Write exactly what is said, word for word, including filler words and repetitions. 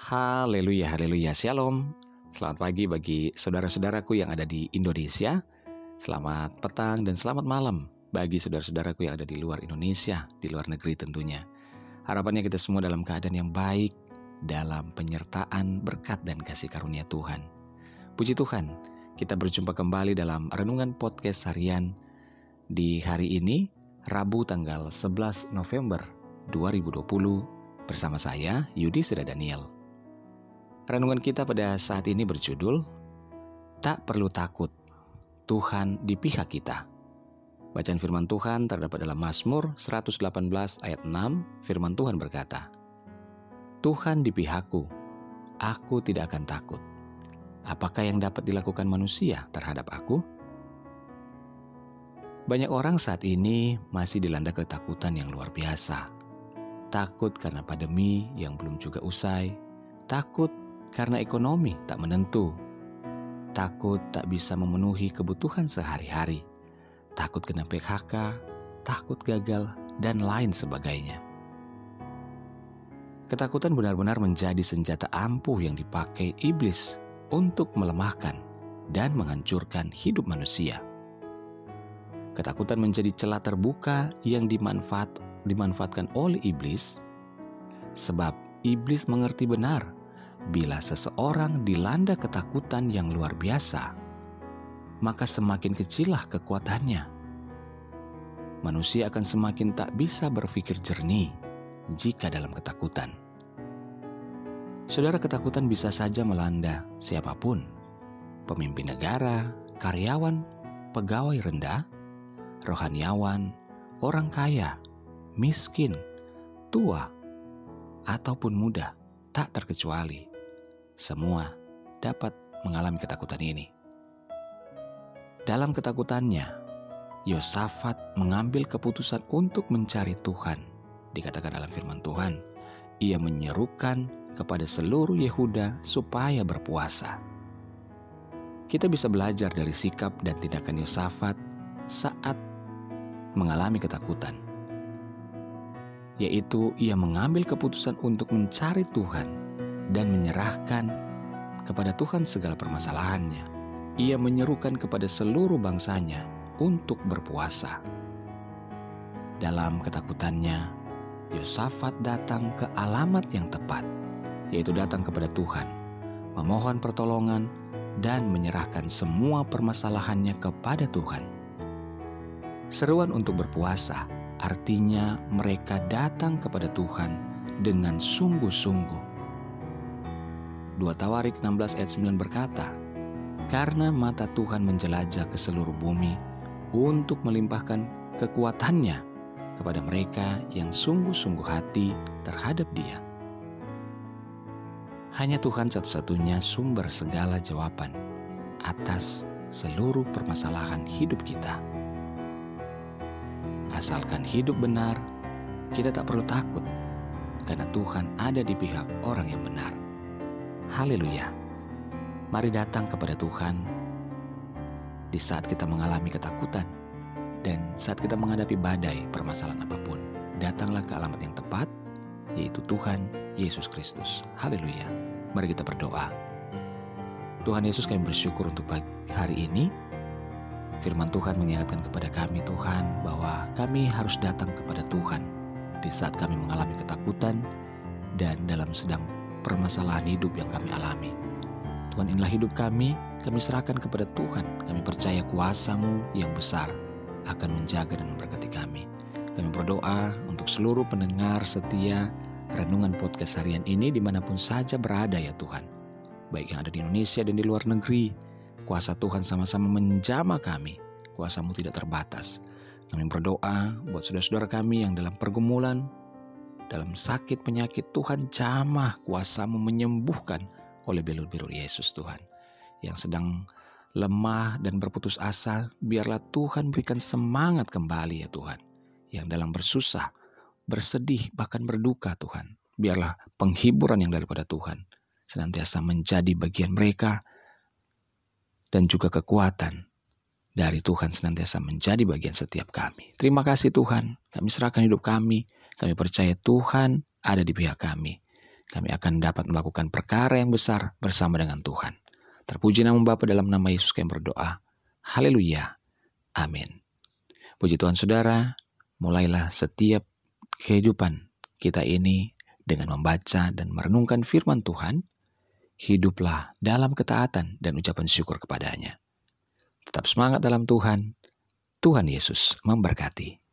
Haleluya, haleluya, shalom. Selamat pagi bagi saudara-saudaraku yang ada di Indonesia. Selamat petang dan selamat malam bagi saudara-saudaraku yang ada di luar Indonesia, di luar negeri tentunya. Harapannya kita semua dalam keadaan yang baik, dalam penyertaan berkat dan kasih karunia Tuhan. Puji Tuhan, kita berjumpa kembali dalam Renungan Podcast Harian di hari ini, Rabu tanggal sebelas November dua ribu dua puluh, bersama saya, Yudhistira Daniel. Renungan kita pada saat ini berjudul, Tak Perlu Takut, Tuhan di Pihak Kita. Bacaan firman Tuhan terdapat dalam Mazmur seratus delapan belas ayat enam, firman Tuhan berkata, Tuhan di pihakku, aku tidak akan takut. Apakah yang dapat dilakukan manusia terhadap aku? Banyak orang saat ini masih dilanda ketakutan yang luar biasa. Takut karena pandemi yang belum juga usai, takut karena ekonomi tak menentu, takut tak bisa memenuhi kebutuhan sehari-hari, takut kena P H K, takut gagal, dan lain sebagainya. Ketakutan benar-benar menjadi senjata ampuh yang dipakai iblis untuk melemahkan dan menghancurkan hidup manusia. Ketakutan menjadi celah terbuka yang dimanfaat, dimanfaatkan oleh iblis, sebab iblis mengerti benar bila seseorang dilanda ketakutan yang luar biasa, maka semakin kecillah kekuatannya. Manusia akan semakin tak bisa berpikir jernih jika dalam ketakutan. Saudara, ketakutan bisa saja melanda siapapun, pemimpin negara, karyawan, pegawai rendah, rohaniawan, orang kaya, miskin, tua, ataupun muda, tak terkecuali. Semua dapat mengalami ketakutan ini. Dalam ketakutannya, Yosafat mengambil keputusan untuk mencari Tuhan. Dikatakan dalam firman Tuhan, ia menyerukan kepada seluruh Yehuda supaya berpuasa. Kita bisa belajar dari sikap dan tindakan Yosafat saat mengalami ketakutan, yaitu ia mengambil keputusan untuk mencari Tuhan dan menyerahkan kepada Tuhan segala permasalahannya. Ia menyerukan kepada seluruh bangsanya untuk berpuasa. Dalam ketakutannya, Yosafat datang ke alamat yang tepat, yaitu datang kepada Tuhan, memohon pertolongan dan menyerahkan semua permasalahannya kepada Tuhan. Seruan untuk berpuasa artinya mereka datang kepada Tuhan dengan sungguh-sungguh. dua Tawarik enam belas ayat sembilan berkata, karena mata Tuhan menjelajah ke seluruh bumi untuk melimpahkan kekuatannya kepada mereka yang sungguh-sungguh hati terhadap Dia. Hanya Tuhan satu-satunya sumber segala jawaban atas seluruh permasalahan hidup kita. Asalkan hidup benar, kita tak perlu takut, karena Tuhan ada di pihak orang yang benar. Haleluya. Mari datang kepada Tuhan di saat kita mengalami ketakutan dan saat kita menghadapi badai permasalahan apapun. Datanglah ke alamat yang tepat, yaitu Tuhan Yesus Kristus. Haleluya. Mari kita berdoa. Tuhan Yesus, kami bersyukur untuk pagi hari ini. Firman Tuhan mengingatkan kepada kami, Tuhan, bahwa kami harus datang kepada Tuhan di saat kami mengalami ketakutan dan dalam sedang permasalahan hidup yang kami alami. Tuhan, inilah hidup kami, kami serahkan kepada Tuhan. Kami percaya kuasa-Mu yang besar akan menjaga dan memberkati kami. Kami berdoa untuk seluruh pendengar setia Renungan Podcast Harian ini dimanapun saja berada ya Tuhan. Baik yang ada di Indonesia dan di luar negeri, kuasa Tuhan sama-sama menjamah kami. Kuasa-Mu tidak terbatas. Kami berdoa buat saudara-saudara kami yang dalam pergumulan, dalam sakit penyakit, Tuhan jamah kuasa-Mu menyembuhkan oleh belur-belur Yesus Tuhan. Yang sedang lemah dan berputus asa, biarlah Tuhan berikan semangat kembali ya Tuhan. Yang dalam bersusah, bersedih, bahkan berduka Tuhan, biarlah penghiburan yang daripada Tuhan senantiasa menjadi bagian mereka, dan juga kekuatan dari Tuhan senantiasa menjadi bagian setiap kami. Terima kasih Tuhan, kami serahkan hidup kami. Kami percaya Tuhan ada di pihak kami. kami akan dapat melakukan perkara yang besar bersama dengan Tuhan. Terpuji nama Bapa dalam nama Yesus kami berdoa. Haleluya. Amin. Puji Tuhan saudara, mulailah setiap kehidupan kita ini dengan membaca dan merenungkan firman Tuhan. Hiduplah dalam ketaatan dan ucapan syukur kepadanya. Tetap semangat dalam Tuhan. Tuhan Yesus memberkati.